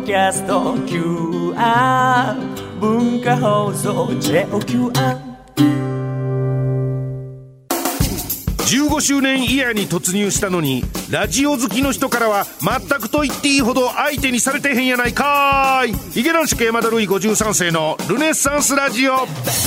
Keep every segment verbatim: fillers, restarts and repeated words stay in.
キャスト キューアール 文化放送 ジェイキューアールじゅうごしゅうねんイヤーに突入したのにラジオ好きの人からは全くと言っていいほど相手にされてへんやないかーい。ヒゲ男子山田ルイごじゅうさん世のルネッサンスラジオ。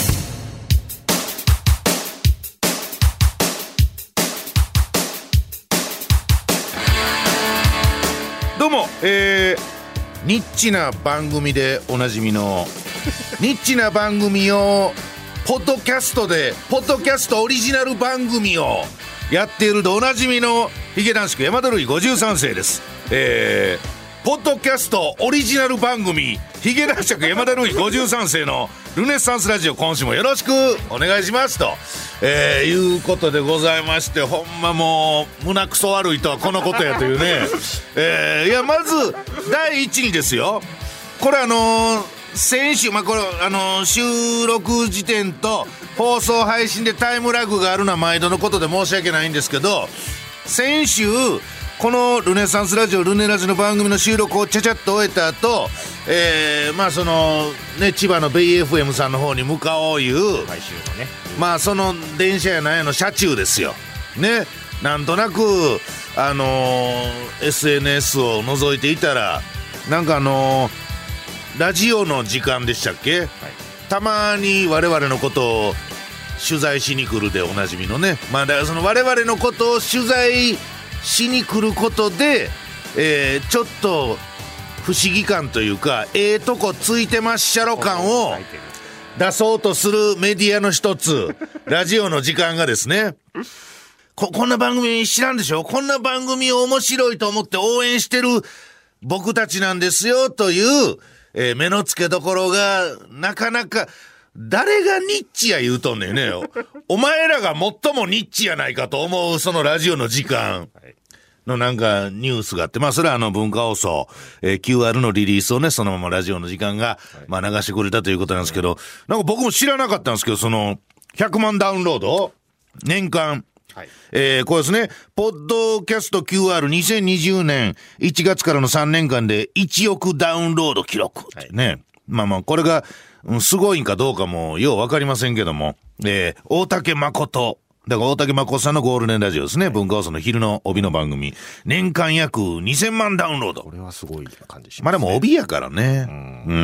どうも、えー、ニッチな番組でおなじみのニッチな番組をポッドキャストでポッドキャストオリジナル番組をやっているでおなじみのヒゲ男子山田ルイごじゅうさん世です。えー、ポッドキャストオリジナル番組ヒゲ男子山田ルイごじゅうさん世のルネッサンスラジオ、今週もよろしくお願いしますと、えー、いうことでございまして、ほんまもう胸くそ悪いとはこのことやというね、えー、いやまず第一にですよ、これあのー先週、まあ、これ、あのー、収録時点と放送配信でタイムラグがあるのは毎度のことで申し訳ないんですけど、先週このルネサンスラジオルネラジの番組の収録をちゃちゃっと終えた後、えー、まあそのね千葉のベイ エフエム さんの方に向かおういう毎週のね、 まあその電車やなんやの車中ですよね。なんとなくあのー、エスエヌエス を覗いていたらなんかあのーラジオの時間でしたっけ、はい、たまに我々のことを取材しに来るでおなじみのね、まあだからその我々のことを取材しに来ることで、えー、ちょっと不思議感というかええとこついてまっしゃろ感を出そうとするメディアの一つラジオの時間がですね、こ, こんな番組知らんでしょ、こんな番組を面白いと思って応援してる僕たちなんですよというえー、目の付けどころがなかなか、誰がニッチや言うとんねんねお前らが最もニッチやないかと思うそのラジオの時間のなんかニュースがあって、まあそれはあの文化放送、えー、キューアール のリリースをねそのままラジオの時間がまあ流してくれたということなんですけど、なんか僕も知らなかったんですけど、そのひゃくまんダウンロード年間、はい、えー、これですね、ポッドキャスト キューアールにせんにじゅうねんいちがつからのさんねんかんでいちおくダウンロード記録ってね、はい、まあまあこれが、うん、すごいんかどうかもようわかりませんけども、えー、大竹誠、だから大竹誠さんのゴールデンラジオですね、はい、文化放送の昼の帯の番組、年間約にせんまんダウンロード。 これはすごい感じしますね。 まあでも帯やからね、うん、うん、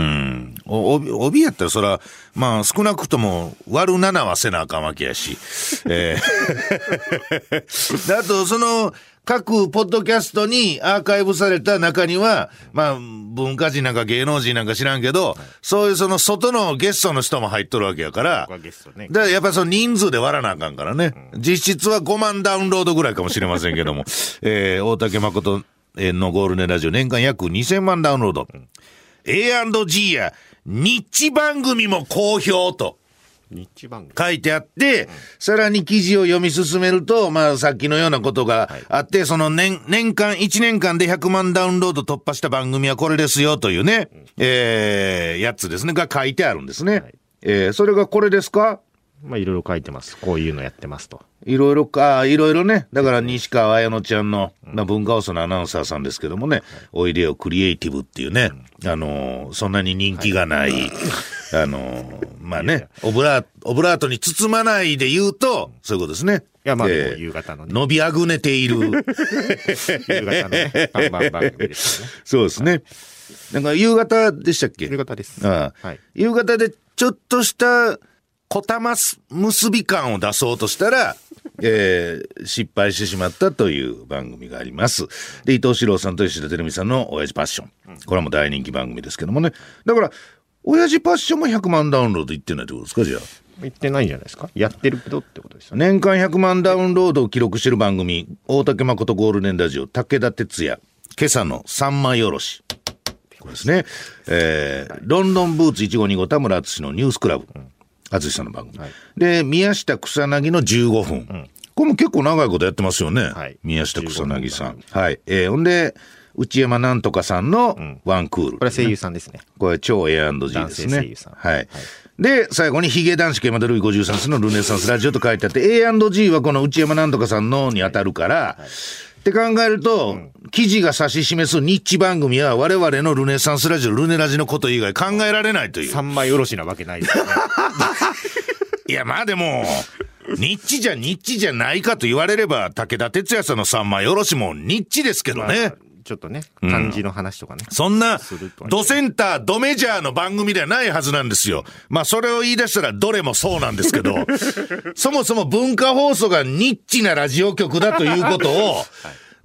帯, 帯やったらそらまあ少なくとも割るななはせなあかんわけやし、えー、であとその各ポッドキャストにアーカイブされた中には、まあ文化人なんか芸能人なんか知らんけど、はい、そういうその外のゲストの人も入っとるわけやから、ゲストね、だからやっぱりその人数で割らなあかんからね、うん、実質はごまんダウンロードぐらいかもしれませんけども、えー、大竹誠のゴールデンラジオ年間約にせんまんダウンロード、うん、エーアンドジー やニッチ番組も好評と書いてあって、うん、さらに記事を読み進めると、まあさっきのようなことがあって、はい、その 年, 年間いちねんかんでひゃくまんダウンロード突破した番組はこれですよというね、うん、えー、やつですねが書いてあるんですね、はい、えー、それがこれですか。 まあいろいろ書いてます。こういうのやってますと。 いろいろか、いろいろね。だから西川綾乃ちゃんの、まあ、文化放送のアナウンサーさんですけどもね、うん、おいでよクリエイティブっていうね、うん、あのー、そんなに人気がない、はい、あのー、まあね、オブラート、オブラートに包まないで言うと、そういうことですね。 いや、まあでも夕方のね。 伸びあぐねている。夕方のね、看板番組ですね。 そうですね。なんか夕方でしたっけ？ 夕方です。 ああ、はい、夕方でちょっとした、こたま結び感を出そうとしたら、えー、失敗してしまったという番組があります。で、伊藤四郎さんと石田照美さんの親父パッション。これはもう大人気番組ですけどもね。だから、親父パッションもひゃくまんダウンロードいってないってことですか、じゃあ。 いってないんじゃないですか。やってるけどってことですよね。 年間ひゃくまんダウンロードを記録している番組、大竹誠ゴールデンラジオ、武田鉄矢、今朝の三枚おろし。これですね。えー、ロンドンブーツいちごにご田村淳のニュースクラブ。うん、淳さんの番組、はい、で宮下草薙のじゅうごふん、うん、これも結構長いことやってますよね、はい、宮下草薙さん、はい、えー、ほんで内山なんとかさんのワンクール、ね、 これは声優さんですね。これ超 エーアンドジー ですね。 男性声優さん、 はいはい、で最後にヒゲ男子山田ルイごじゅうさん世のルネサンスラジオと書いてあって エーアンドジー はこの内山なんとかさんのに当たるから、はい、 って考えると、うん、記事が指し示すニッチ番組は我々のルネサンスラジオルネラジのこと以外考えられないという三枚おろしなわけないですねいやまあでもニッチじゃニッチじゃないかと言われれば武田鉄矢さんの三枚おろしもニッチですけどね、まあちょっとね、漢字の話とかね。 うん、そんな、ドセンター、ドメジャーの番組ではないはずなんですよ。まあ、それを言い出したらどれもそうなんですけど、そもそも文化放送がニッチなラジオ局だということを、はい、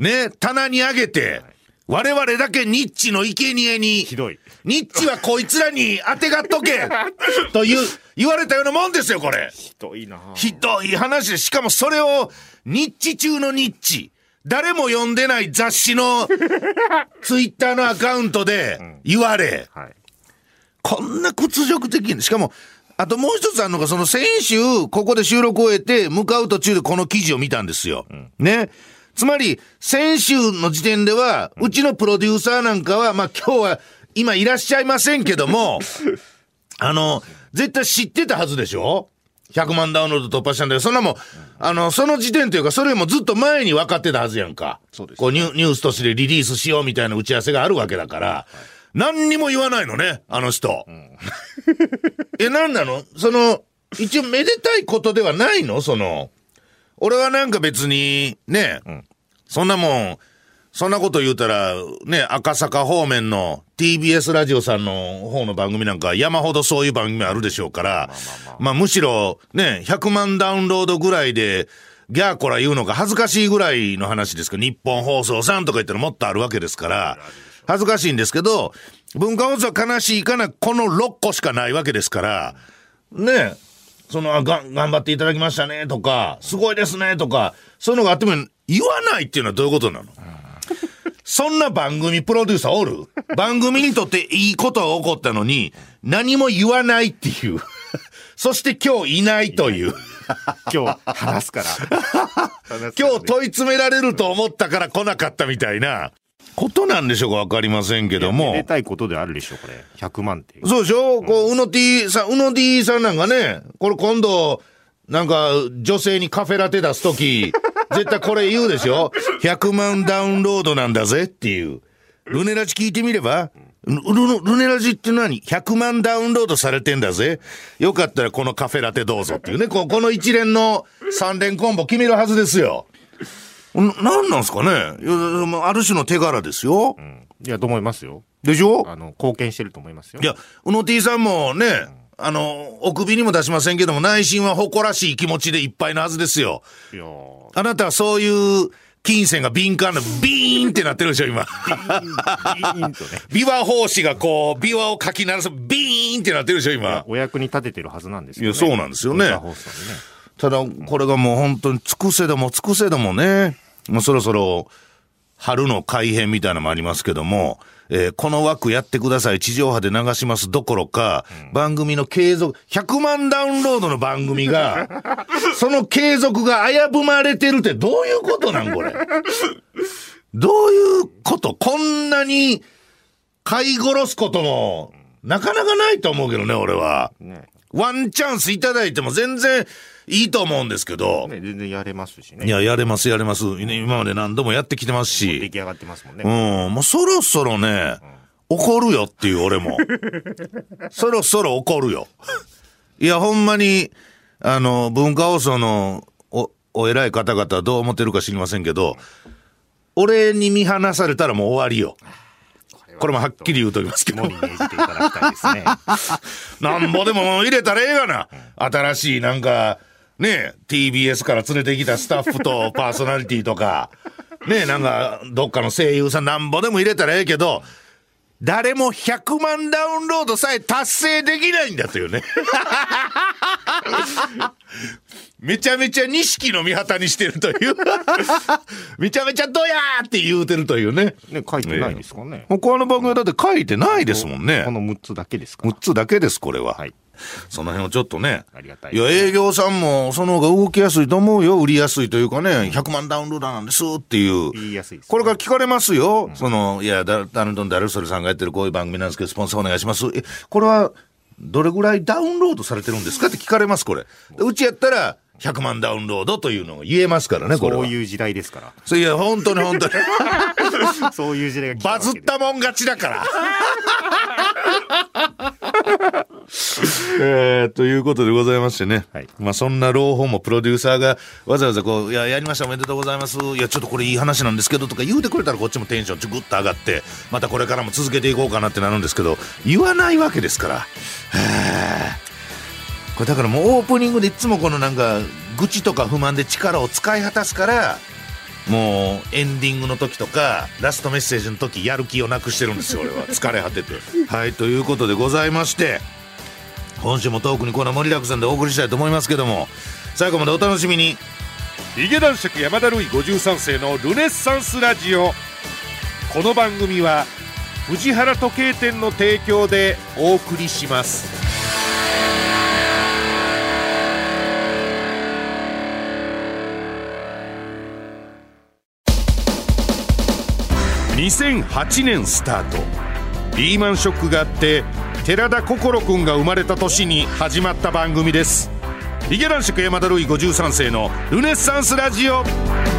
ね、棚に上げて、我々だけニッチの生贄に、 ひどい。 ニッチはこいつらに当てがっとけという、言われたようなもんですよ、これ。 ひどいなひどい話で、しかもそれを、ニッチ中のニッチ。誰も読んでない雑誌のツイッターのアカウントで言われ、うんはい、こんな屈辱的に、しかもあともう一つあるのが、その先週ここで収録を終えて向かう途中でこの記事を見たんですよ、うん、ね。つまり先週の時点では、うん、うちのプロデューサーなんかはまあ今日は今いらっしゃいませんけどもあの絶対知ってたはずでしょ。ひゃくまんダウンロード突破したんだよ。そんなもん、あの、その時点というか、それよりもずっと前に分かってたはずやんか。そうです、ね。こうニュ、ニュースとしてリリースしようみたいな打ち合わせがあるわけだから、はい、何にも言わないのね、あの人。うん、え、なんなのその、一応めでたいことではないのその、俺はなんか別に、ね、うん、そんなもん、そんなこと言うたら、ね、赤坂方面の ティービーエス ラジオさんの方の番組なんか山ほどそういう番組あるでしょうから、まあ、まあまあまあ、むしろね、ひゃくまんダウンロードぐらいで、ギャーコラ言うのが恥ずかしいぐらいの話ですけど、日本放送さんとか言ったらもっとあるわけですから、恥ずかしいんですけど、文化放送は悲しいかな、このろっこしかないわけですから、ね、その、あ、が、頑張っていただきましたねとか、すごいですねとか、そういうのがあっても言わないっていうのはどういうことなの？そんな番組プロデューサーおる？番組にとっていいことが起こったのに何も言わないっていうそして今日いないという今日話すから今日問い詰められると思ったから来なかったみたいなことなんでしょうか。わかりませんけども、 めでたいことであるでしょこれ。ひゃくまんってそうでしょ、うん、こううの T さんうの T さんなんかね、これ今度なんか女性にカフェラテ出すとき絶対これ言うでしょ。ひゃくまんダウンロードなんだぜっていう。ルネラジ聞いてみれば、ル, ル, ルネラジって何 ?ひゃくまんダウンロードされてんだぜ。よかったらこのカフェラテどうぞっていうね。こ, この一連の三連コンボ決めるはずですよ。なんなんすかね。ある種の手柄ですよ。 うん、いやと思いますよ。 でしょ。 あの貢献してると思いますよ。 いやうの T さんもね、うん、あのお首にも出しませんけども内心は誇らしい気持ちでいっぱいなはずですよ。いやあなたはそういう金銭が敏感なビーンってなってるでしょ今。ビーンとね。琵琶法師がこう琵琶をかき鳴らすビーンってなってるでしょ今。 お役に立ててるはずなんですよね。 いやそうなんですよね。ねただこれがもう本当に尽くせども尽くせどもね、もうそろそろ春の改編みたいなのもありますけども、えー、この枠やってください地上波で流しますどころか、うん、番組の継続ひゃくまんダウンロードの番組がその継続が危ぶまれてるってどういうことなんこれ。どういうこと。こんなに飼い殺すこともなかなかないと思うけどね俺は、ね、ワンチャンスいただいても全然いいと思うんですけど、 ね、全然やれますしね。 いややれますやれます。今まで何度もやってきてますし出来上がってますもんね。 うんもうそろそろね、うん、怒るよっていう俺もそろそろ怒るよ。いやほんまにあの文化放送の お, お偉い方々はどう思ってるか知りませんけど、俺に見放されたらもう終わりよ。これもはっきり言うとりますけど、 肝に銘じていただきたいですね。 なんぼでも入れたらええがな、うん、新しいなんかね ティービーエス から連れてきたスタッフとパーソナリティとかねなんかどっかの声優さんなんぼでも入れたらええけど、誰もひゃくまんダウンロードさえ達成できないんだというね。めちゃめちゃ錦の御旗にしてるというめちゃめちゃドヤーって言うてるというね。 ね書いてないですかね。 他の番組だって書いてないですもんね。 このむっつだけですか。 むっつだけですこれは、はい、その辺をちょっとね、 ありがたい。 いや営業さんもその方が動きやすいと思うよ。売りやすいというかね、ひゃくまんダウンローダーなんですっていう言いやすいですね。 これから聞かれますよ、うん、そのいやだダルトンダルソルさんがやってるこういう番組なんですけどスポンサーお願いします。えこれはどれぐらいダウンロードされてるんですかって聞かれます。これうちやったらひゃくまんダウンロードというのが言えますからね、これは。 そういう時代ですから。 そういや、本当に本当に。 そういう時代が来たわバけでズったもん勝ちだから。えー、ということでございましてね、はい、まあそんな朗報もプロデューサーがわざわざこういややりましたおめでとうございます、いやちょっとこれいい話なんですけどとか言うてくれたらこっちもテンションちょぐっと上がってまたこれからも続けていこうかなってなるんですけど言わないわけですから、これだからもうオープニングでいつもこのなんか愚痴とか不満で力を使い果たすからもうエンディングの時とかラストメッセージの時やる気をなくしてるんですよ俺は疲れ果ててはいということでございまして、今週もトークにコーナー盛りだくさんでお送りしたいと思いますけども、最後までお楽しみに。 ヒゲ男爵山田るいごじゅうさん世のルネッサンスラジオ、この番組は藤原時計店の提供でお送りします。にせんはちねんスタート、リーマンショックがあって寺田心くんが生まれた年に始まった番組です。ヒゲ男爵山田るいごじゅうさん世のルネッサンスラジオ。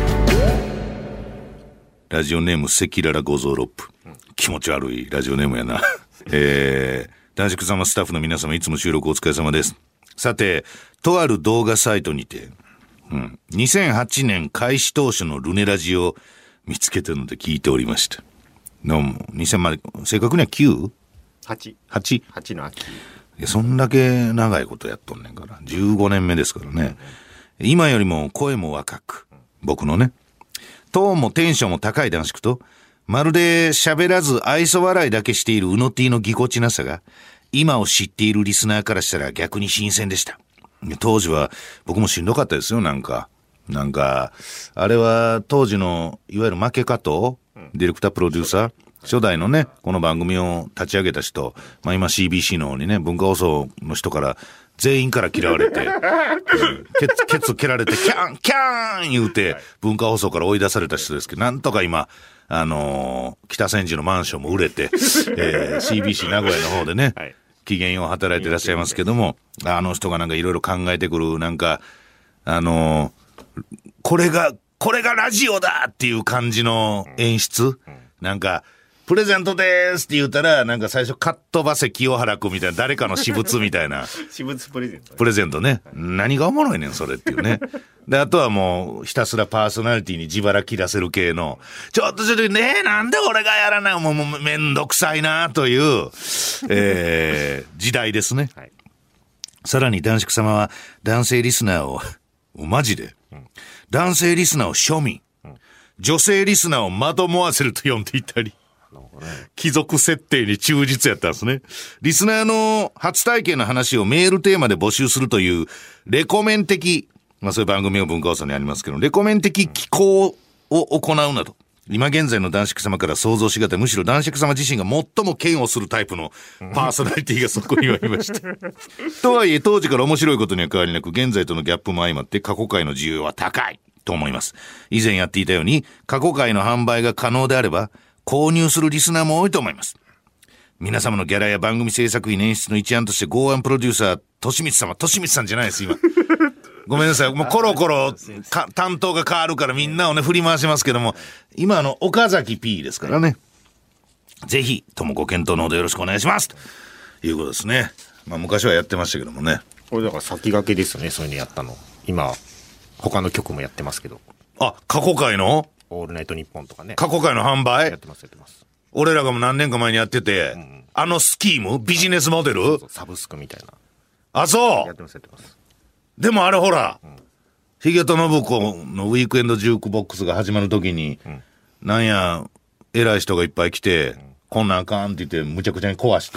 ラジオネーム赤裸々五臓六腑、気持ち悪いラジオネームやな。えー、男爵様スタッフの皆様いつも収録お疲れ様です。さてとある動画サイトにて、うん、にせんはちねん開始当初のルネラジを見つけたので聞いておりました。どうもにせんまで正確には きゅう？ はち。 はち？ はちの秋。 いやそんだけ長いことやっとんねんからじゅうごねんめですからね、うん、今よりも声も若く、うん、僕のねトーンもテンションも高い男爵とまるで喋らず愛想笑いだけしているうの T のぎこちなさが今を知っているリスナーからしたら逆に新鮮でした。当時は僕もしんどかったですよ。なんかなんかあれは当時のいわゆる負け加藤、うん、ディレクタープロデューサー初代のねこの番組を立ち上げた人、まあ今 シービーシー の方にね文化放送の人から全員から嫌われて、うん、ケツケツ蹴られてキャンキャン言うて文化放送から追い出された人ですけど、なんとか今あのー、北千住のマンションも売れて、えー、シービーシー 名古屋の方でね、はい、機嫌よう働いていらっしゃいますけども、あの人がなんかいろいろ考えてくるなんかあのー、これがこれがラジオだっていう感じの演出、うんうん、なんかプレゼントでーすって言ったらなんか最初カットバセ清原君みたいな誰かの私物みたいな私物プレゼント、ね、 プレゼントね、何がおもろいねんそれっていうね。であとはもうひたすらパーソナリティに自腹切らせる系のちょっとちょっとねなんで俺がやらないもう、もうめんどくさいなという、えー、時代ですね、はい、さらに男爵様は男性リスナーをマジで、うん、男性リスナーを庶民、うん、女性リスナーをまともわせると呼んでいたり、貴族設定に忠実やったんですね。リスナーの初体験の話をメールテーマで募集するというレコメン的、まあそういう番組が文化放送にありますけど、レコメン的機構を行うなど、今現在の男爵様から想像しがたい、むしろ男爵様自身が最も嫌悪するタイプのパーソナリティがそこにはいました。とはいえ当時から面白いことには変わりなく、現在とのギャップも相まって過去回の需要は高いと思います。以前やっていたように過去回の販売が可能であれば購入するリスナーも多いと思います。皆様のギャラや番組制作費演出の一案として剛腕プロデューサーとしみつ様、としみつさんじゃないです今ごめんなさい、もうコロコロか担当が変わるからみんなをね振り回しますけども、今あの岡崎 P ですからね、ぜひともご検討のほどよろしくお願いしますということですね。まあ昔はやってましたけどもね、 これだから先駆けですよね、そういうのやったの。今他の局もやってますけど、 あ過去回のオールナイトニッポンとかね、 過去回の販売やってますやってます。 俺らがもう何年か前にやってて、うんうん、あのスキームビジネスモデル、そうそうサブスクみたいな。 あそうやってますやってます。 でもあれほら、うん、ヒゲと信子のウィークエンドジュークボックスが始まるときに、うん、なんや偉い人がいっぱい来て、うん、こんなんあかんって言ってむちゃくちゃに壊して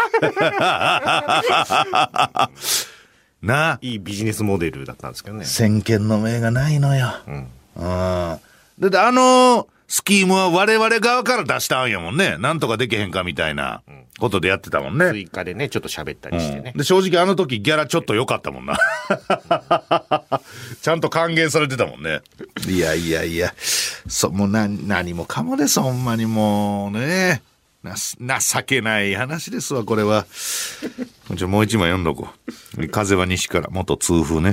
なあ、 いいビジネスモデルだったんですけどね。 先見の明がないのよ、うん、あだってあのスキームは我々側から出したんやもんね。なんとかできへんかみたいなことでやってたもんね。 追加でねちょっと喋ったりしてね、 うん、で正直あの時ギャラちょっと良かったもんなちゃんと還元されてたもんね。いやいやいや、そもう何何もかもですほんまにもうね、な情けない話ですわこれは。じゃあもう一枚読んどこう。風は西から元痛風ね。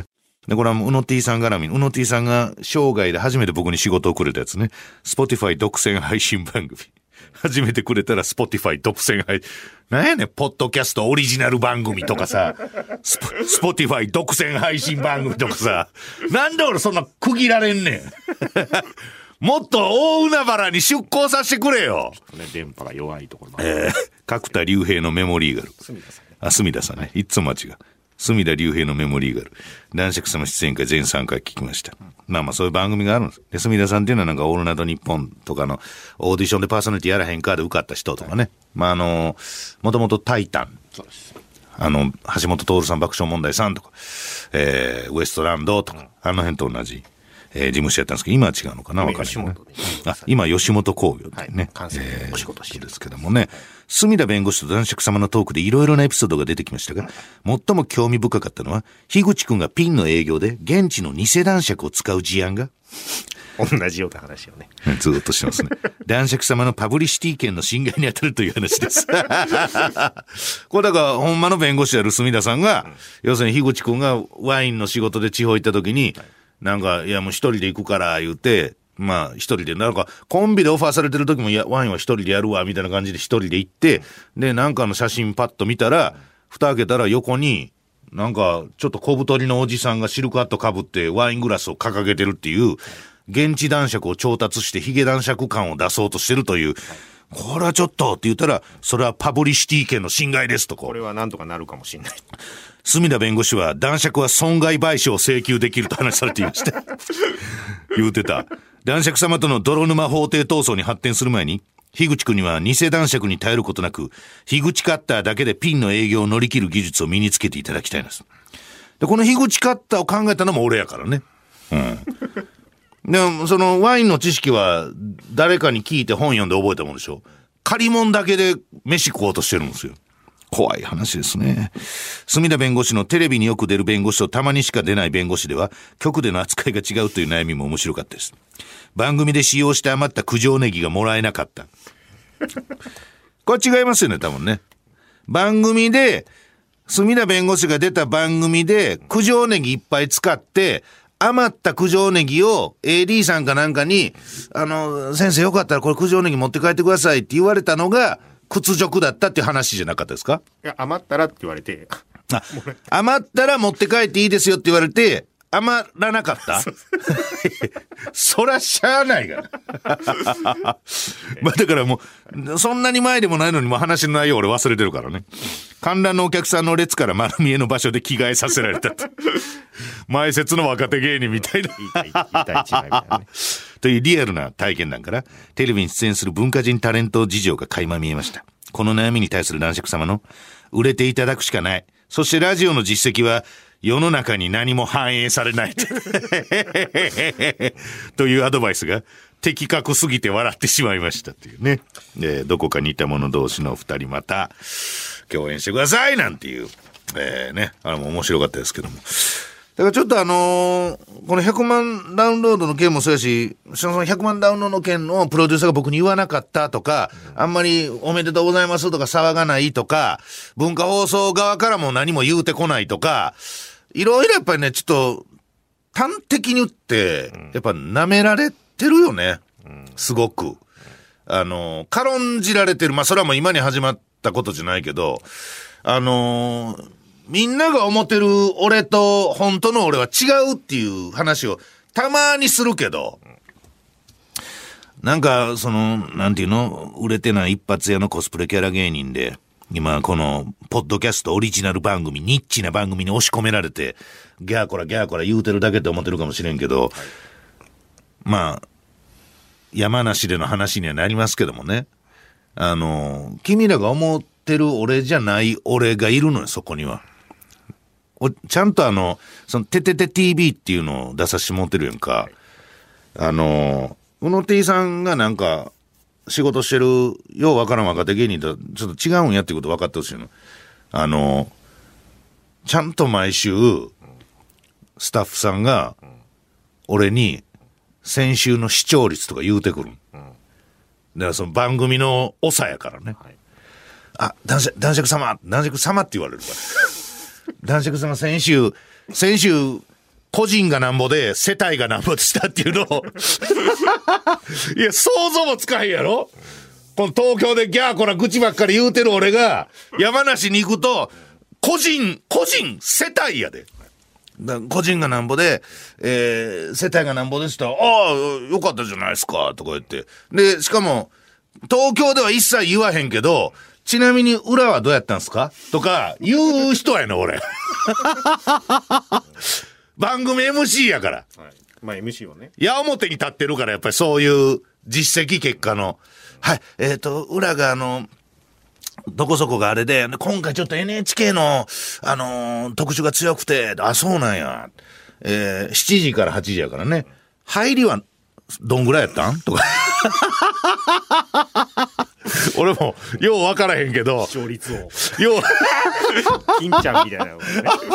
で、これはもう、うの T さん絡み、うの T さんが生涯で初めて僕に仕事をくれたやつね。Spotify 独占配信番組。初めてくれたら Spotify 独占配信。なんやねん、ポッドキャストオリジナル番組とかさ、スポ、Spotify 独占配信番組とかさ、なんで俺そんな区切られんねん。もっと大海原に出港させてくれよ。 ね、電波が弱いところもある。 えー、角田龍平のメモリーガル。 隅田さんね。 あ、隅田さんね。いつも間違う。隅田龍平のメモリーガル。男爵様出演会全さんかい聞きました。うん、まあまあそういう番組があるんです。で、隅田さんっていうのはなんかオールナイトニッポンとかのオーディションでパーソナリティやらへんかで受かった人とかね。はい、まああの、もともとタイタン。そうです。あの、橋本徹さん爆笑問題さんとか、えー、ウエストランドとか、うん、あの辺と同じ。えー、事務所やったんですけど、今は違うのかな、わかんない、ね。あ、今、吉本興業ってね。 はい、えー、お仕事してるんですけどもね。隅田弁護士と男爵様のトークでいろいろなエピソードが出てきましたが、最も興味深かったのは、樋口くんがピンの営業で現地の偽男爵を使う事案が、 同じような話をね。 ずーっとしてますね。男爵様のパブリシティ権の侵害に当たるという話です。これだから、ほんまの弁護士である隅田さんが、うん、要するに樋口くんがワインの仕事で地方行った時に、はい、なんか、いやもう一人で行くから言うて、まあ一人で、なんかコンビでオファーされてる時も、いや、ワインは一人でやるわ、みたいな感じで一人で行って、で、なんかの写真パッと見たら、蓋開けたら横に、なんかちょっと小太りのおじさんがシルクハット被ってワイングラスを掲げてるっていう、現地男爵を調達してヒゲ男爵感を出そうとしてるという、これはちょっとって言ったら、それはパブリシティ権の侵害ですとこ。 これはなんとかなるかもしれない。 隅田弁護士は男爵は損害賠償を請求できると話されていました。言うてた。男爵様との泥沼法廷闘争に発展する前に、樋口くんには偽男爵に頼ることなく、樋口カッターだけでピンの営業を乗り切る技術を身につけていただきたいんです。で、この樋口カッターを考えたのも俺やからね。うん。でも、そのワインの知識は誰かに聞いて本読んで覚えたもんでしょ。借り物だけで飯食おうとしてるんですよ。怖い話ですね。隅田弁護士のテレビによく出る弁護士とたまにしか出ない弁護士では、局での扱いが違うという悩みも面白かったです。番組で使用して余った九条ネギがもらえなかった。これ違いますよね、多分ね。番組で、隅田弁護士が出た番組で、九条ネギいっぱい使って、余った九条ネギを エーディー さんかなんかに、あの、先生よかったらこれ九条ネギ持って帰ってくださいって言われたのが、屈辱だったっていう話じゃなかったですか？ いや、余ったらって言われて。 あ、余ったら持って帰っていいですよって言われて、余らなかったそらしゃあないがな。まあだからもう、そんなに前でもないのにもう話の内容俺忘れてるからね。観覧のお客さんの列から丸見えの場所で着替えさせられたって。前説の若手芸人みたいな。言いたい、言いたい違いみたいなね。というリアルな体験談から、テレビに出演する文化人タレント事情が垣間見えました。この悩みに対する男爵様の、売れていただくしかない。そしてラジオの実績は、世の中に何も反映されない。というアドバイスが、的確すぎて笑ってしまいましたというね。えー、どこか似た者同士の二人また、共演してくださいなんていう、えー、ね、あれも面白かったですけども。だからちょっとあのー、このひゃくまんダウンロードの件もそうやし、そのひゃくまんダウンロードの件のプロデューサーが僕に言わなかったとか、あんまりおめでとうございますとか騒がないとか、文化放送側からも何も言うてこないとか、いろいろやっぱりね、ちょっと端的に言って、やっぱ舐められてるよね。すごく。あのー、軽んじられてる。まあそれはもう今に始まったことじゃないけど、あのー、みんなが思ってる俺と本当の俺は違うっていう話をたまにするけど、なんかそのなんていうの、売れてない一発屋のコスプレキャラ芸人で今このポッドキャストオリジナル番組、ニッチな番組に押し込められてギャーコラギャーコラ言うてるだけって思ってるかもしれんけど、まあ山梨での話にはなりますけどもね、あの君らが思ってる俺じゃない俺がいるのよ、そこには。ちゃんとあの、その、ててて ティービー っていうのを出させてもらってるやんか。はい、あの、うの T さんがなんか、仕事してる、ようわからん若手芸人とちょっと違うんやっていうこと分かってほしいの。あの、ちゃんと毎週、スタッフさんが、俺に、先週の視聴率とか言うてくる。だからその番組の長やからね。はい、あ、男爵、男爵様、男爵様って言われるから。男爵様先週、先週、 個人がなんぼで世帯がなんぼでしたっていうのをいや想像もつかへんやろ。この東京でギャーこら愚痴ばっかり言うてる俺が山梨に行くと個人個人世帯やで。だ個人がなんぼで、えー、世帯がなんぼでしたら、ああよかったじゃないですかとか言って、でしかも東京では一切言わへんけど、ちなみに裏はどうやったんすかとか言う人やな俺番組 エムシー やから、 はい、まあ エムシー はね矢面に立ってるから、やっぱりそういう実績結果の、はい、えっと裏があのどこそこがあれで、今回ちょっと エヌエイチケー のあのー、特集が強くて、あそうなんや、えー、しちじからはちじやからね、入りはどんぐらいやったんとか俺もよう分からへんけど視聴率をよう金ちゃんみたいなのね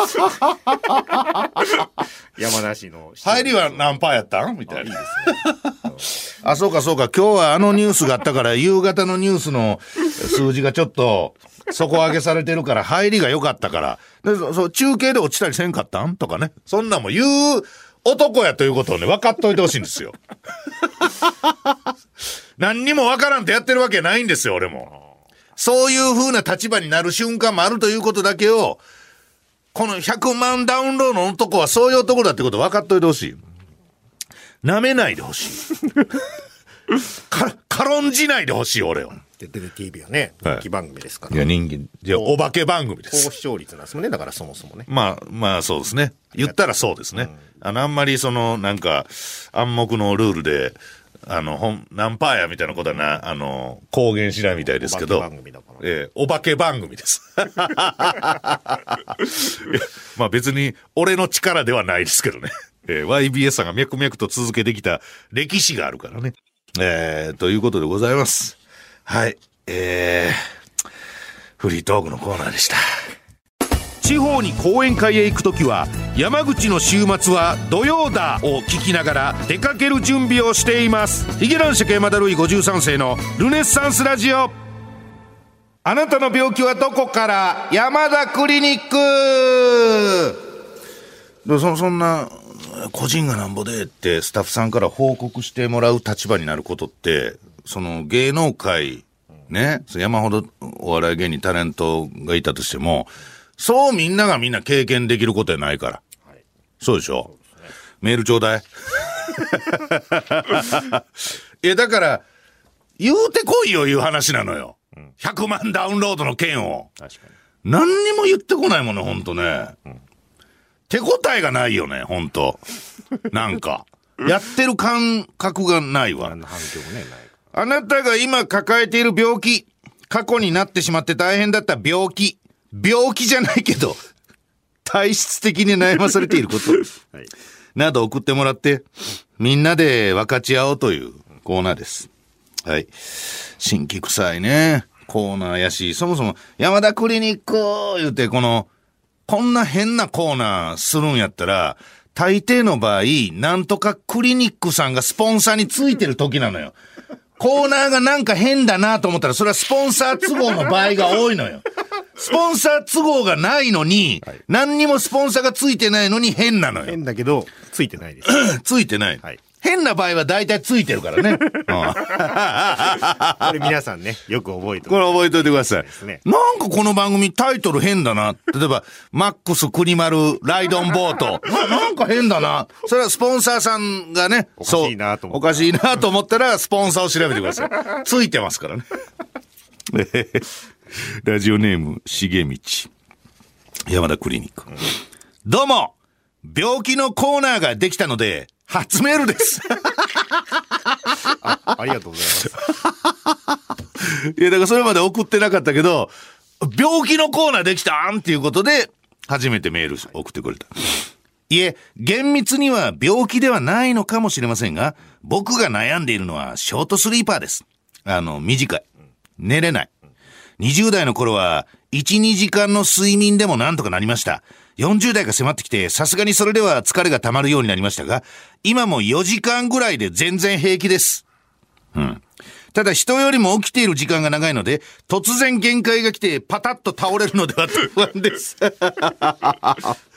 山梨の入りは何パーやったんみたいな。 いいですねあそうかそうか、今日はあのニュースがあったから夕方のニュースの数字がちょっと底上げされてるから入りが良かったからで、そそう中継で落ちたりせんかったんとかね、そんなんも言う男やということをね分かっといてほしいんですよ何にも分からんとやってるわけないんですよ俺も。そういう風な立場になる瞬間もあるということだけを、このひゃくまんダウンロードの男はそういう男だってことを分かっといてほしい。舐めないでほしいか軽んじないでほしい俺を。 でテレ ティービー はね人気番組ですから、 いや人気じゃお化け番組です高視聴率なんですもんね。だからそもそもね、 まあまあそうですね、言ったらそうですね、うん、あのあんまりそのなんか暗黙のルールであのほん何パーやみたいなことはなあの公言しないみたいですけど、お化け番組だから、ええ、お化け番組ですまあ別に俺の力ではないですけどね、えー、ワイビーエス さんが脈々と続けてきた歴史があるからね、えー、ということでございます。はい、えー、フリートークのコーナーでした。地方に講演会へ行くときは山口の週末は土曜だを聞きながら出かける準備をしています。ヒゲ男爵山田ルイごじゅうさん世のルネッサンスラジオ。あなたの病気はどこから、山田クリニック。 そ, そんな個人がなんぼでってスタッフさんから報告してもらう立場になることって、その芸能界ね、山ほどお笑い芸人タレントがいたとしてもそうみんながみんな経験できることやないから、はい、そうでしょ。そうですね、メールちょうだいいやだから言うてこいよいう話なのよ、うん、ひゃくまんダウンロードの件を確かに何にも言ってこないもんねほんとね、うん、手応えがないよねほんとなんかやってる感覚がないわ。反響もねない。あなたが今抱えている病気、過去になってしまって大変だった病気、病気じゃないけど体質的に悩まされていること、はい、など送ってもらってみんなで分かち合おうというコーナーです。はい、新規臭いねコーナーやし、そもそも山田クリニック言うてこのこんな変なコーナーするんやったら大抵の場合なんとかクリニックさんがスポンサーについてる時なのよ。コーナーがなんか変だなと思ったらそれはスポンサー都合の場合が多いのよ。スポンサー都合がないのに、はい、何にもスポンサーがついてないのに変なのよ。 変だけどついてないですついてない、はい、変な場合は大体ついてるからね、うん、これ皆さんねよく覚えておいてこれ覚えておいてください、ね、なんかこの番組タイトル変だな、例えばマックス国丸ライドンボートな, なんか変だな、それはスポンサーさんがねおかしいなと思ったおかしいなと思ったらスポンサーを調べてくださいついてますからねラジオネームしげみち山田クリニック、うん、どうも病気のコーナーができたので初メールですあ, ありがとうございますいやだからそれまで送ってなかったけど病気のコーナーできたんっていうことで初めてメール送ってくれた、はい、いえ厳密には病気ではないのかもしれませんが僕が悩んでいるのはショートスリーパーです。あの短い寝れない。にじゅう代の頃はいち、にじかんの睡眠でもなんとかなりました。よんじゅう代が迫ってきてさすがにそれでは疲れが溜まるようになりましたが今もよじかんぐらいで全然平気です。うん。ただ人よりも起きている時間が長いので突然限界が来てパタッと倒れるのではと不安です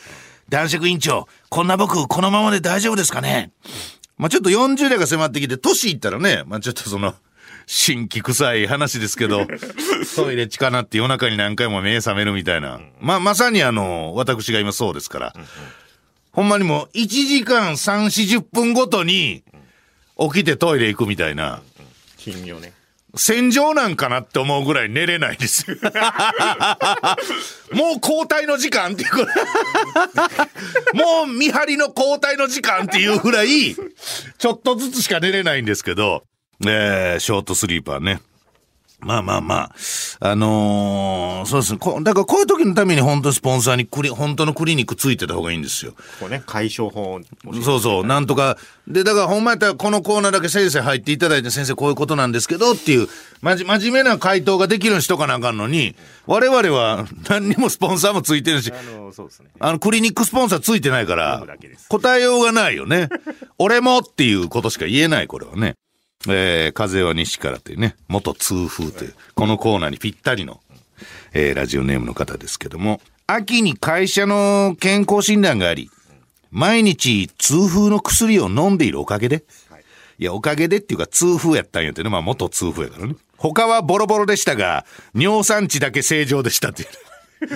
男爵委員長、こんな僕このままで大丈夫ですかね。まあちょっとよんじゅう代が迫ってきて年いったらね、まあちょっとその新規臭い話ですけどトイレ近なって夜中に何回も目覚めるみたいな、まあまさにあの私が今そうですから、ほんまにもういちじかんさんじゅう、よんじゅっぷんごとに起きてトイレ行くみたいな。 頻尿ね。 戦場なんかなって思うぐらい寝れないですよ。もう交代の時間っていうぐらいもう見張りの交代の時間っていうぐらい、ちょっとずつしか寝れないんですけど、えー、ショートスリーパーね。まあまあまあ、あのー、そうですね。こだからこういう時のために本当にスポンサーにクリ、本当のクリニックついてた方がいいんですよ。 こうね、解消法。 そうそう、なんとか。で、だからほんまやったらこのコーナーだけ先生入っていただいて、先生こういうことなんですけどっていう、まじ、真面目な回答ができるようにしとかなあかんのに、我々は何にもスポンサーもついてるし、 あの、そうですね。 あの、クリニックスポンサーついてないから、答えようがないよね。俺もっていうことしか言えない、これはね。えー、風は西からというね、元痛風という、このコーナーにぴったりの、えー、ラジオネームの方ですけども、秋に会社の健康診断があり、毎日痛風の薬を飲んでいるおかげで、いや、おかげでっていうか痛風やったんやってね、まあ元痛風やからね。他はボロボロでしたが、尿酸値だけ正常でしたっていう。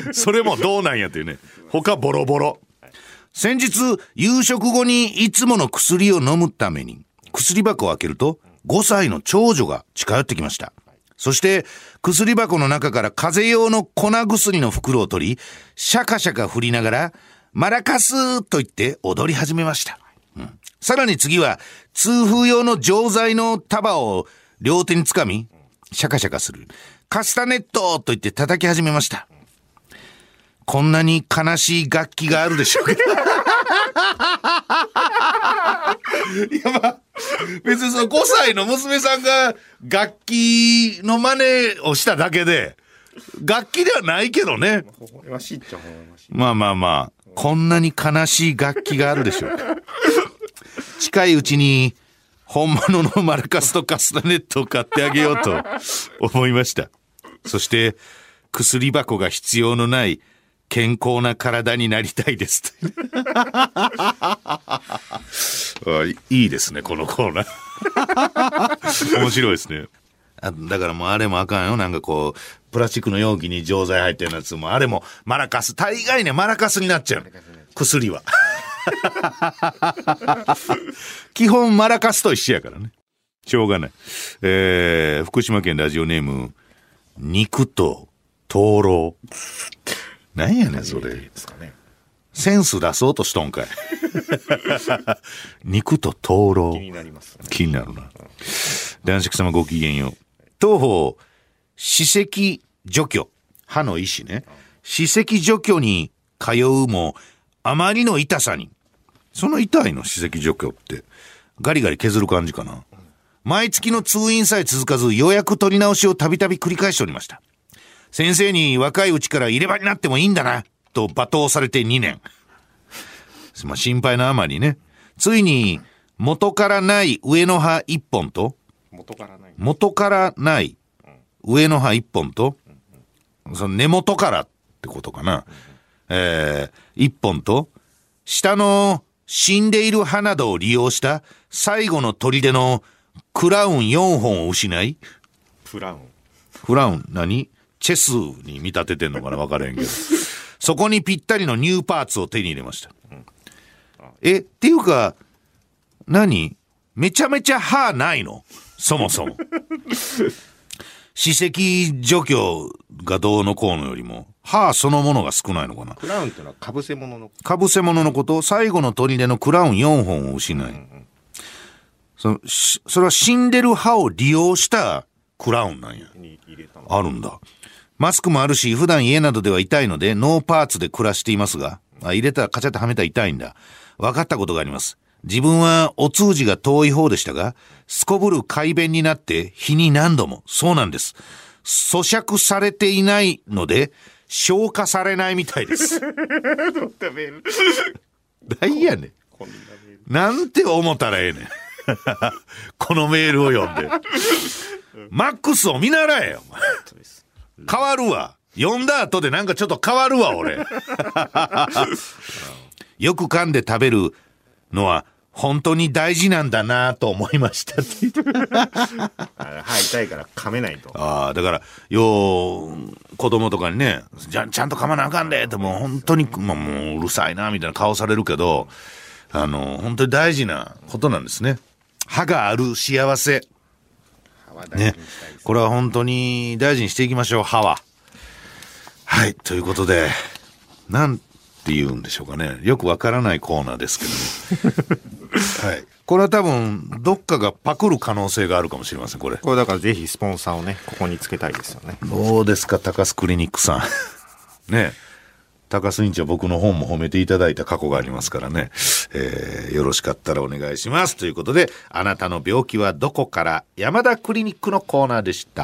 それもどうなんやっていうね。他ボロボロ。先日、夕食後にいつもの薬を飲むために、薬箱を開けると、ごさいの長女が近寄ってきました。そして薬箱の中から風邪用の粉薬の袋を取り、シャカシャカ振りながらマラカスと言って踊り始めました、うん、さらに次は痛風用の錠剤の束を両手につかみシャカシャカするカスタネットと言って叩き始めました。こんなに悲しい楽器があるでしょうか。いやまあ別にそのごさいの娘さんが楽器の真似をしただけで楽器ではないけどね。まあまあまあこんなに悲しい楽器があるでしょうか。近いうちに本物のマラカスとカスタネットを買ってあげようと思いました。そして薬箱が必要のない健康な体になりたいです。いいですねこのコーナー。面白いですね。あだからもうあれもあかんよ。なんかこうプラスチックの容器に錠剤入ってるやつもあれもマラカス、大概ねマラカスになっちゃう薬は。基本マラカスと一緒やからね。しょうがない。えー、福島県ラジオネーム肉と灯籠。何やねんそれ。ですかね。センス出そうとしとんかい。肉と灯籠。気になりますね。気になるな。男爵様ごきげんよう。当方、歯石除去。歯の医師ね。歯石除去に通うも、あまりの痛さに。その痛いの歯石除去って、ガリガリ削る感じかな。毎月の通院さえ続かず、予約取り直しをたびたび繰り返しておりました。先生に若いうちから入れ歯になってもいいんだな、と罵倒されてにねん。まあ、心配なあまりね、ついに元からない上の歯いっぽんと、元からない、元からない上の歯いっぽんと、その根元からってことかな。えー、いっぽんと、下の死んでいる歯などを利用した最後の砦のクラウンよんほんを失い、クラウンクラウン何チェスに見立ててんのかな分からへんけどそこにぴったりのニューパーツを手に入れました、うん、えっていうか何めちゃめちゃ歯ないのそもそも歯石除去がどうのこうのよりも歯そのものが少ないのかな。 クラウンってのはかぶせ物のかぶせ物のこと。最後の砦のクラウンよんほんを失い、うんうん、そのそれは死んでる歯を利用したクラウンなんや。あるんだ。マスクもあるし普段家などでは痛いのでノーパーツで暮らしていますが、あ入れたらカチャッとはめたら痛いんだ。分かったことがあります。自分はお通じが遠い方でしたが、すこぶる快便になって日に何度も。そうなんです。咀嚼されていないので消化されないみたいです。何やねん。なんて思ったらええねん。このメールを読んで。マックスを見習えよ。変わるわ。読んだ後でなんかちょっと変わるわ俺。 よく噛んで食べるのは本当に大事なんだなと思いましたって言って歯痛いから噛めないと。 ああ、だからよう子供とかにね、じゃちゃんと噛まなあかんでってもう本当に、まあ、もううるさいなみたいな顔されるけど、あの本当に大事なことなんですね。歯がある幸せね、これは本当に大事にしていきましょう、歯は。はい、ということでなんて言うんでしょうかね、よくわからないコーナーですけどもはい、これは多分どっかがパクる可能性があるかもしれません。これこれだからぜひスポンサーをねここにつけたいですよね。 どうですか高須クリニックさんね、高須院長僕の本も褒めていただいた過去がありますからね、えー、よろしかったらお願いしますということで、あなたの病気はどこから、山田クリニックのコーナーでした。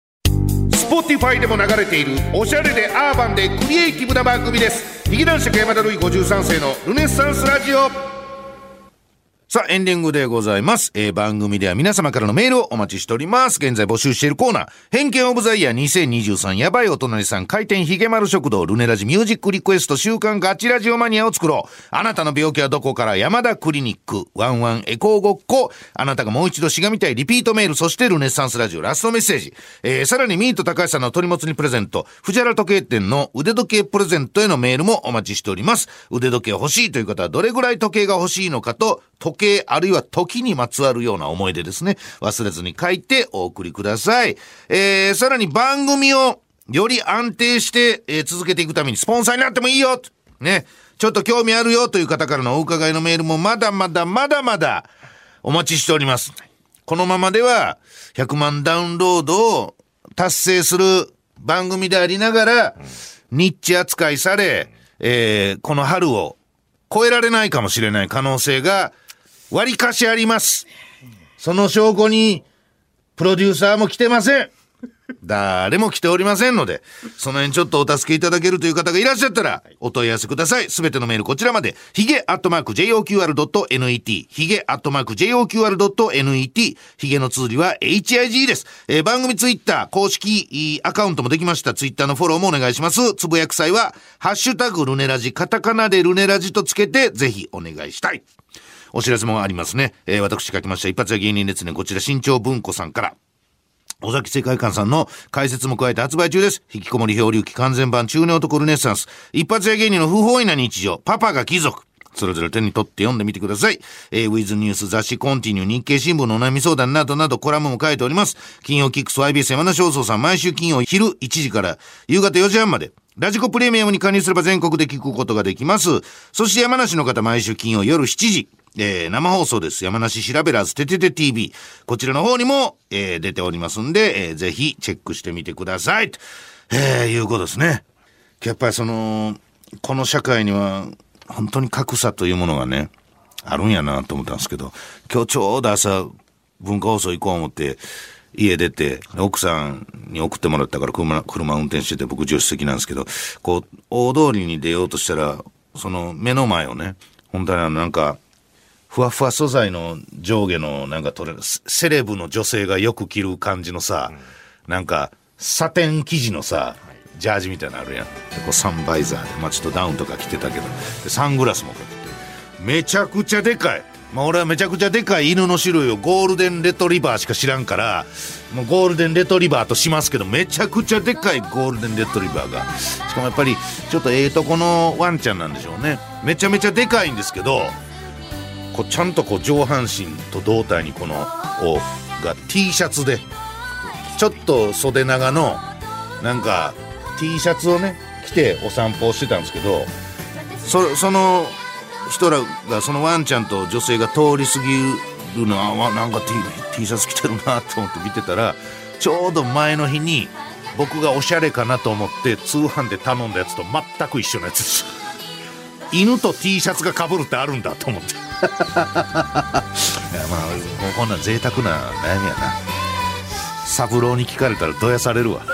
Spotify でも流れているおしゃれでアーバンでクリエイティブな番組です。劇団四季山田るいごじゅうさん世のルネッサンスラジオ。 さあエンディングでございます、えー、番組では皆様からのメールをお待ちしております。現在募集しているコーナー、偏見オブザイヤーにせんにじゅうさんやばいお隣さん開店ひげ丸食堂ルネラジミュージックリクエスト週刊ガチラジオマニアを作ろう。あなたの病気はどこから、山田クリニックワンワンエコーごっこ。あなたがもう一度しがみたいリピートメール、そしてルネッサンスラジオラストメッセージ、えー、さらにミート高橋さんの鳥もつにプレゼント、藤原時計店の腕時計プレゼントへのメールもお待ちしております。腕時計欲しいという方はどれぐらい時計が欲しいのかと、時計あるいは時にまつわるような思い出ですね、忘れずに書いてお送りください。えー、さらに番組をより安定して、えー、続けていくためにスポンサーになってもいいよね、ちょっと興味あるよという方からのお伺いのメールもまだまだまだまだお待ちしております。このままではひゃくまんダウンロードを達成する番組でありながらニッチ扱いされ、えー、この春を超えられないかもしれない可能性が割かしあります。その証拠にプロデューサーも来てません。誰も来ておりませんので、その辺ちょっとお助けいただけるという方がいらっしゃったらお問い合わせください。すべてのメールこちらまで、ヒゲアットマーク ジェイオーキューアールドットネット、ヒゲアットマーク ジェイオーキューアールドットネット、ヒゲの綴りは エイチアイジー です。えー、番組ツイッター公式アカウントもできました。ツイッターのフォローもお願いします。つぶやく際はハッシュタグルネラジ、カタカナでルネラジとつけてぜひお願いしたい。お知らせもありますね。えー、私書きました一発屋芸人列伝、こちら新潮文庫さんから尾崎世界観さんの解説も加えて発売中です。引きこもり漂流記完全版中年男ルネッサンス、一発屋芸人の不本意な日常、パパが貴族、それぞれ手に取って読んでみてください。えー、ウィズニュース、雑誌コンティニュー、日経新聞のお悩み相談などなどコラムも書いております。金曜キックス アイビーエス 山梨放送さん、毎週金曜昼いちじから夕方よじはんまでラジコプレミアムに加入すれば全国で聞くことができます。そして山梨の方、毎週金曜夜しちじ、えー、生放送です。山梨調べらずててて ティービー、 こちらの方にも、えー、出ておりますんで、えー、ぜひチェックしてみてくださいと、えー、いうことですね。やっぱりそのこの社会には本当に格差というものがねあるんやなと思ったんですけど、今日ちょうど朝文化放送行こう思って家出て、奥さんに送ってもらったから 車, 車運転してて、僕助手席なんですけど、こう大通りに出ようとしたら、その目の前をね、本当になんかふわふわ素材の上下のなんか取れるセレブの女性がよく着る感じのさ、うん、なんかサテン生地のさジャージみたいなのあるやん。でこうサンバイザーで、まあ、ちょっとダウンとか着てたけど、でサングラスもかけてめちゃくちゃでかい、まあ、俺はめちゃくちゃでかい犬の種類をゴールデンレトリバーしか知らんから、もうゴールデンレトリバーとしますけど、めちゃくちゃでかいゴールデンレトリバーが、しかもやっぱりちょっとええとこのワンちゃんなんでしょうね。めちゃめちゃでかいんですけど、こうちゃんとこう上半身と胴体にこのをが T シャツで、ちょっと袖長のなんか T シャツをね着てお散歩をしてたんですけど、そ, その人らが、そのワンちゃんと女性が通り過ぎるのはなんか T, T シャツ着てるなと思って見てたら、ちょうど前の日に僕がおしゃれかなと思って通販で頼んだやつと全く一緒のやつです。犬と T シャツが被るってあるんだと思っていやまあこんな贅沢な悩みやな。サブローに聞かれたらどやされるわ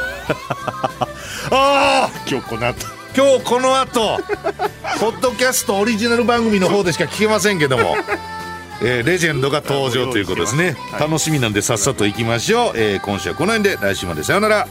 ああ今日この後今日この後ポッドキャストオリジナル番組の方でしか聞けませんけどもえー、レジェンドが登場ということですね、はい、楽しみなんでさっさと行きましょう、えー、今週はこの辺で、来週までさよなら。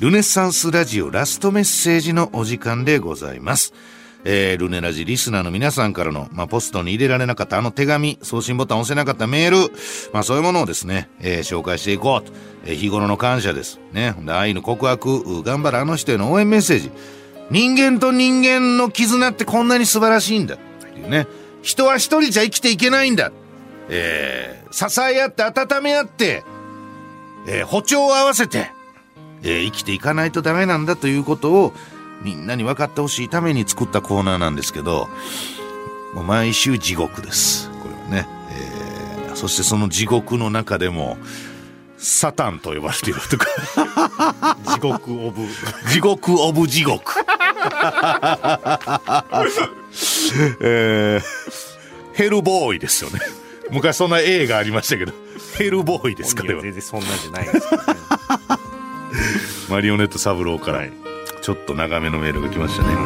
ルネサンスラジオラストメッセージのお時間でございます。えー、ルネラジリスナーの皆さんからの、まあ、ポストに入れられなかったあの手紙、送信ボタン押せなかったメール、まあ、そういうものをですね、えー、紹介していこうと、えー、日頃の感謝ですね。愛の告白、頑張るあの人への応援メッセージ、人間と人間の絆ってこんなに素晴らしいんだっていうね。人は一人じゃ生きていけないんだ、えー、支え合って温め合って、えー、歩調を合わせて、えー、生きていかないとダメなんだということをみんなに分かってほしいために作ったコーナーなんですけど、もう毎週地獄です。これはね、えー、そしてその地獄の中でもサタンと呼ばれているとか地獄オブ地獄オブ地獄えー、ヘルボーイですよね。昔そんな映画ありましたけど、ヘルボーイですか。 全然そんなんじゃないですけど、ね、 マリオネット三郎から、はい、ちょっと長めのメールが来ましたね、うん、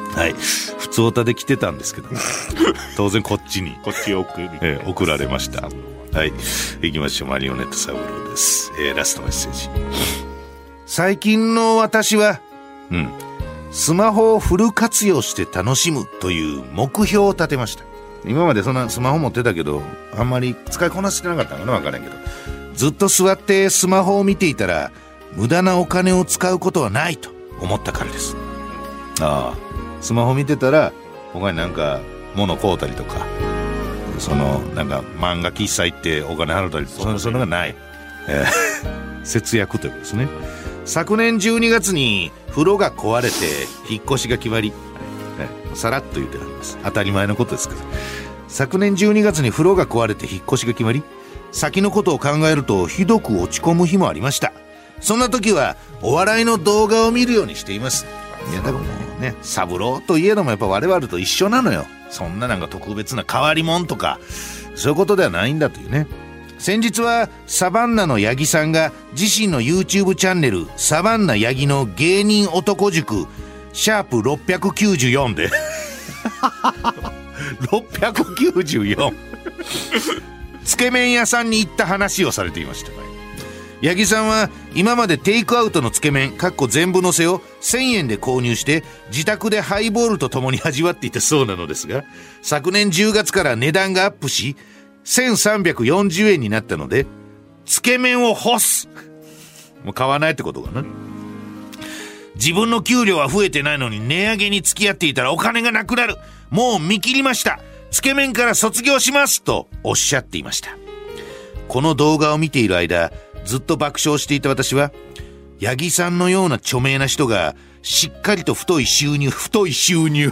はい。普通オタで来てたんですけど当然こっちにこっち送り、 えー、送られました。はい、行きましょう。マリオネット三郎です、えー、ラストメッセージ。最近の私は、うん、スマホをフル活用して楽しむという目標を立てました。今までそんなスマホ持ってたけどあんまり使いこなせてなかったのかな、分からんけど、ずっと座ってスマホを見ていたら無駄なお金を使うことはないと思ったからです。ああ、スマホ見てたら他になんか物買うたりとか、そのなんか漫画喫茶行ってお金払ったり、そ, それがない、えー、節約ということですね。昨年じゅうにがつに風呂が壊れて引っ越しが決まり、さらっと言ってあります。当たり前のことですから。昨年じゅうにがつに風呂が壊れて引っ越しが決まり、先のことを考えるとひどく落ち込む日もありました。そんな時はお笑いの動画を見るようにしています。いやだからね、サブローといえどもやっぱ我々と一緒なのよ。そんななんか特別な変わりもんとかそういうことではないんだというね。先日はサバンナのヤギさんが自身の YouTube チャンネルサバンナヤギの芸人男塾シャープろっぴゃくきゅうじゅうよんでろっぴゃくきゅうじゅうよんつけ麺屋さんに行った話をされていました。八木さんは今までテイクアウトのつけ麺かっこ全部のせをせんえんで購入して自宅でハイボールとともに味わっていたそうなのですが、昨年じゅうがつから値段がアップしせんさんびゃくよんじゅうえんになったのでつけ麺を干す、もう買わないってことかな。自分の給料は増えてないのに値上げに付き合っていたらお金がなくなる、もう見切りました、つけ麺から卒業しますとおっしゃっていました。この動画を見ている間ずっと爆笑していた私は、八木さんのような著名な人がしっかりと太い収入太い収入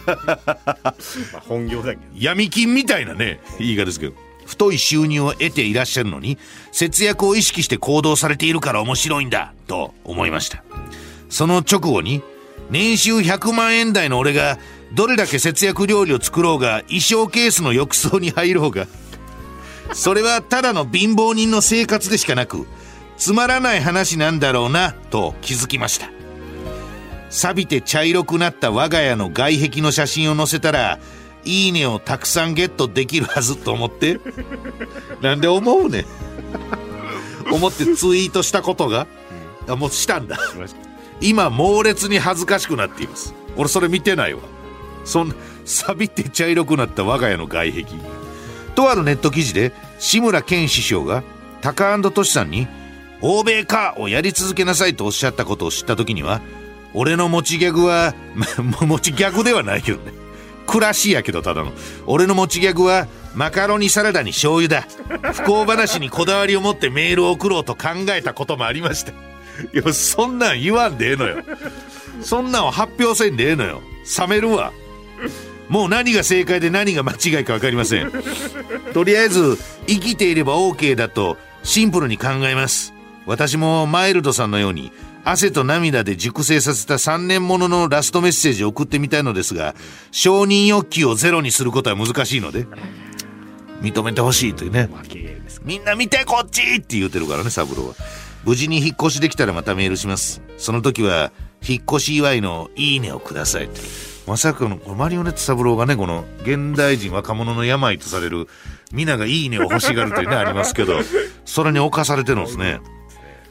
本業だけど闇金みたいなね言い方ですけど、太い収入を得ていらっしゃるのに節約を意識して行動されているから面白いんだと思いました。その直後に年収ひゃくまんえん台の俺がどれだけ節約料理を作ろうが衣装ケースの浴槽に入ろうがそれはただの貧乏人の生活でしかなくつまらない話なんだろうなと気づきました。錆びて茶色くなった我が家の外壁の写真を載せたらいいねをたくさんゲットできるはずと思ってなんで思うね思ってツイートしたことが、うん、あもうしたんだ今猛烈に恥ずかしくなっています。俺それ見てないわ。そんな錆びて茶色くなった我が家の外壁。とあるネット記事で志村けん師匠がタカアンドトシさんに欧米化をやり続けなさいとおっしゃったことを知った時には、俺の持ちギャグは持ちギャグではないけどね、暮らしやけどただの俺の持ちギャグはマカロニサラダに醤油だ。不幸話にこだわりを持ってメールを送ろうと考えたこともありました。いやそんなん言わんでええのよ。そんなんを発表せんでええのよ。冷めるわ。もう何が正解で何が間違いか分かりません。とりあえず生きていれば OK だとシンプルに考えます。私もマイルドさんのように汗と涙で熟成させたさんねんもののラストメッセージを送ってみたいのですが、承認欲求をゼロにすることは難しいので認めてほしいというね。みんな見てこっちって言ってるからね、サブローは。無事に引っ越しできたらまたメールします。その時は引っ越し祝いのいいねをください。まさかのマリオネット三郎がね、この現代人若者の病とされる皆がいいねを欲しがるというねありますけど、それに侵されてるんですね。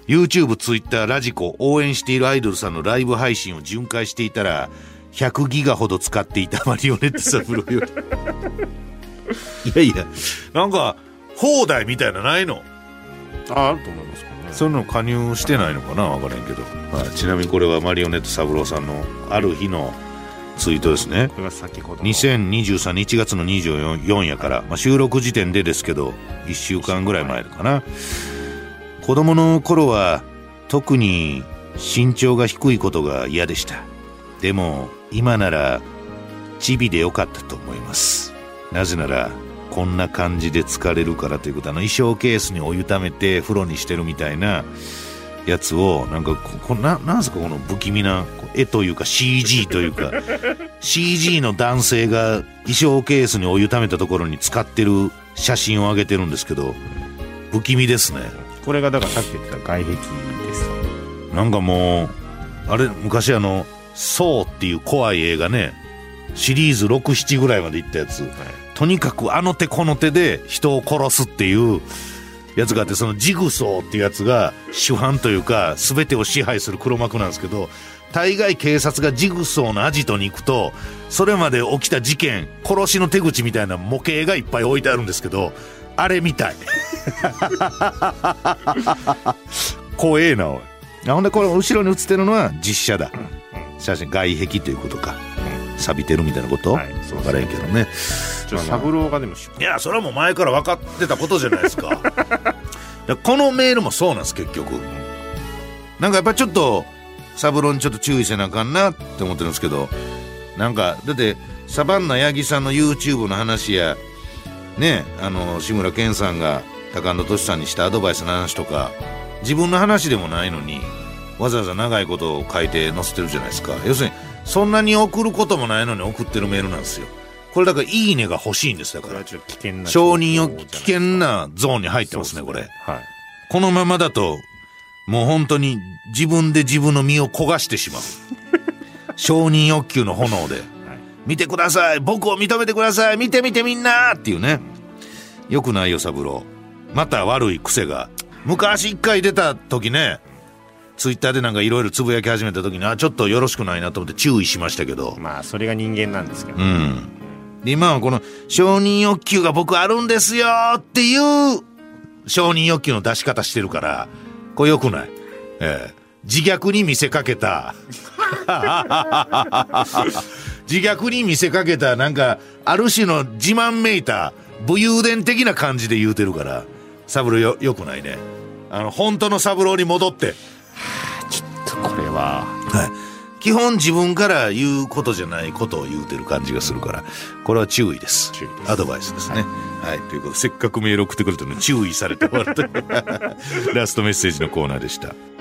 YouTube、Twitter、ラジコ応援しているアイドルさんのライブ配信を巡回していたらひゃくギガほど使っていたマリオネットサブローよりいやいやなんか放題みたいなないの？ ああると思いますけどね。 そういうの加入してないのかな、分からんけど、はい、ちなみにこれはマリオネット三郎さんのある日のツイートですね。 これが先ほどにせんにじゅうさんねんいちがつのにじゅうよんやから、まあ、収録時点でですけどいっしゅうかんぐらい前かな。子供の頃は特に身長が低いことが嫌でした。でも今ならチビでよかったと思います。なぜならこんな感じで疲れるからということ。あの衣装ケースにお湯ためて風呂にしてるみたいなやつをなんかこななんすかこの不気味な絵というか シージー というかシージー の男性が衣装ケースにお湯ためたところに使ってる写真を上げてるんですけど、不気味ですね。 これがだからさっき言った外壁です。 なんかもうあれ昔あのソーっていう怖い映画ね、シリーズろく、ななぐらいまでいったやつ、はい、とにかくあの手この手で人を殺すっていうやつがあって、そのジグソーっていうやつが主犯というか全てを支配する黒幕なんですけど、大概警察がジグソーのアジトに行くとそれまで起きた事件殺しの手口みたいな模型がいっぱい置いてあるんですけど、あれみたい怖えなおい。ほんでこれ後ろに写ってるのは実写だ、写真外壁ということか、錆びてるみたいなこと、はい、分からへんけどね。 サブローがでもいやそれはもう前から分かってたことじゃないですかこのメールもそうなんです結局。なんかやっぱりちょっとサブローにちょっと注意せなあかんなって思ってるんですけど、なんかだってサバンナ八木さんの YouTube の話やね、あの志村けんさんが高野俊さんにしたアドバイスの話とか自分の話でもないのにわざわざ長いことを書いて載せてるじゃないですか。要するにそんなに送ることもないのに送ってるメールなんですよ。これだからいいねが欲しいんです。だからちょっと危険な承認を危険なゾーンに入ってますねこれ、はい、このままだともう本当に自分で自分の身を焦がしてしまう承認欲求の炎で、はい、見てください僕を認めてください見て見てみんなっていうね。よくないよサブロー。また悪い癖が昔一回出た時ね、ツイッターでなんかいろいろつぶやき始めた時にあちょっとよろしくないなと思って注意しましたけど、 まあそれが人間なんですけど、 うんで今はこの承認欲求が僕あるんですよっていう承認欲求の出し方してるからこれ良くない、ええ、自虐に見せかけた自虐に見せかけたなんかある種の自慢めいた武勇伝的な感じで言うてるからサブローよ良くないね。あの本当のサブローに戻ってちょっとこれは、 はい、基本自分から言うことじゃないことを言うてる感じがするからこれは注意です。 注意です。 アドバイスですね、はい、はい、ということでせっかくメール送ってくれたのに注意されて終わるというラストメッセージのコーナーでした。